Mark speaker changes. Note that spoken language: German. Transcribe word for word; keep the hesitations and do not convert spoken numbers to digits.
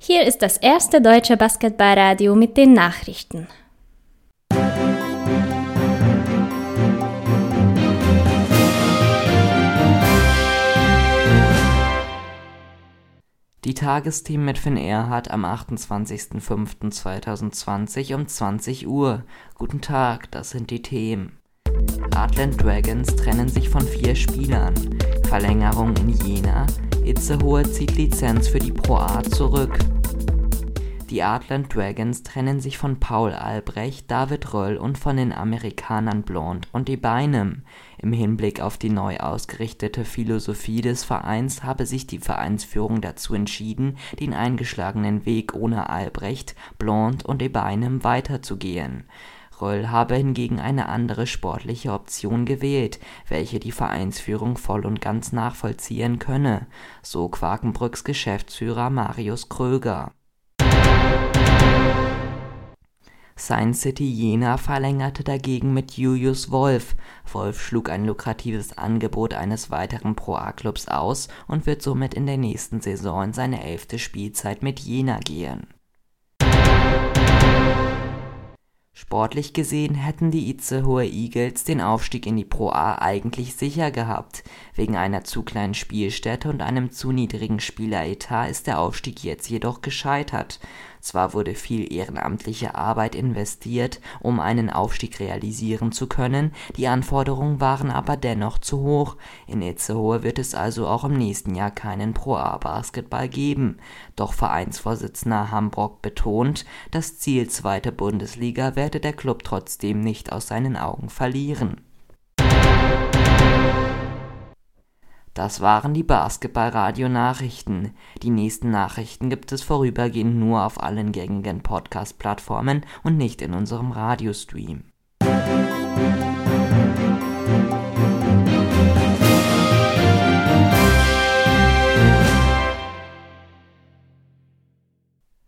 Speaker 1: Hier ist das erste deutsche Basketballradio mit den Nachrichten.
Speaker 2: Die Tagesthemen mit Finn Erhardt am achtundzwanzigsten fünften zweitausendzwanzig um zwanzig Uhr. Guten Tag, das sind die Themen. Heartland Dragons trennen sich von vier Spielern. Verlängerung in Jena. Itzehoe zieht Lizenz für die Pro A zurück. Die Heartland Dragons trennen sich von Paul Albrecht, David Röll und von den Amerikanern Blonde und Ebeinem. Im Hinblick auf die neu ausgerichtete Philosophie des Vereins habe sich die Vereinsführung dazu entschieden, den eingeschlagenen Weg ohne Albrecht, Blonde und Ebeinem weiterzugehen. Röll habe hingegen eine andere sportliche Option gewählt, welche die Vereinsführung voll und ganz nachvollziehen könne, so Quakenbrücks Geschäftsführer Marius Kröger. Science City Jena verlängerte dagegen mit Julius Wolf. Wolf schlug ein lukratives Angebot eines weiteren Pro A-Clubs aus und wird somit in der nächsten Saison seine elfte Spielzeit mit Jena gehen. Sportlich gesehen hätten die Itzehoe Eagles den Aufstieg in die Pro A eigentlich sicher gehabt. Wegen einer zu kleinen Spielstätte und einem zu niedrigen Spieleretat ist der Aufstieg jetzt jedoch gescheitert. Zwar wurde viel ehrenamtliche Arbeit investiert, um einen Aufstieg realisieren zu können, die Anforderungen waren aber dennoch zu hoch. In Itzehoe wird es also auch im nächsten Jahr keinen Pro A-Basketball geben. Doch Vereinsvorsitzender Hambrock betont, das Ziel zweite Bundesliga werde der Club trotzdem nicht aus seinen Augen verlieren. Das waren die Basketball-Radio-Nachrichten. Die nächsten Nachrichten gibt es vorübergehend nur auf allen gängigen Podcast-Plattformen und nicht in unserem Radiostream.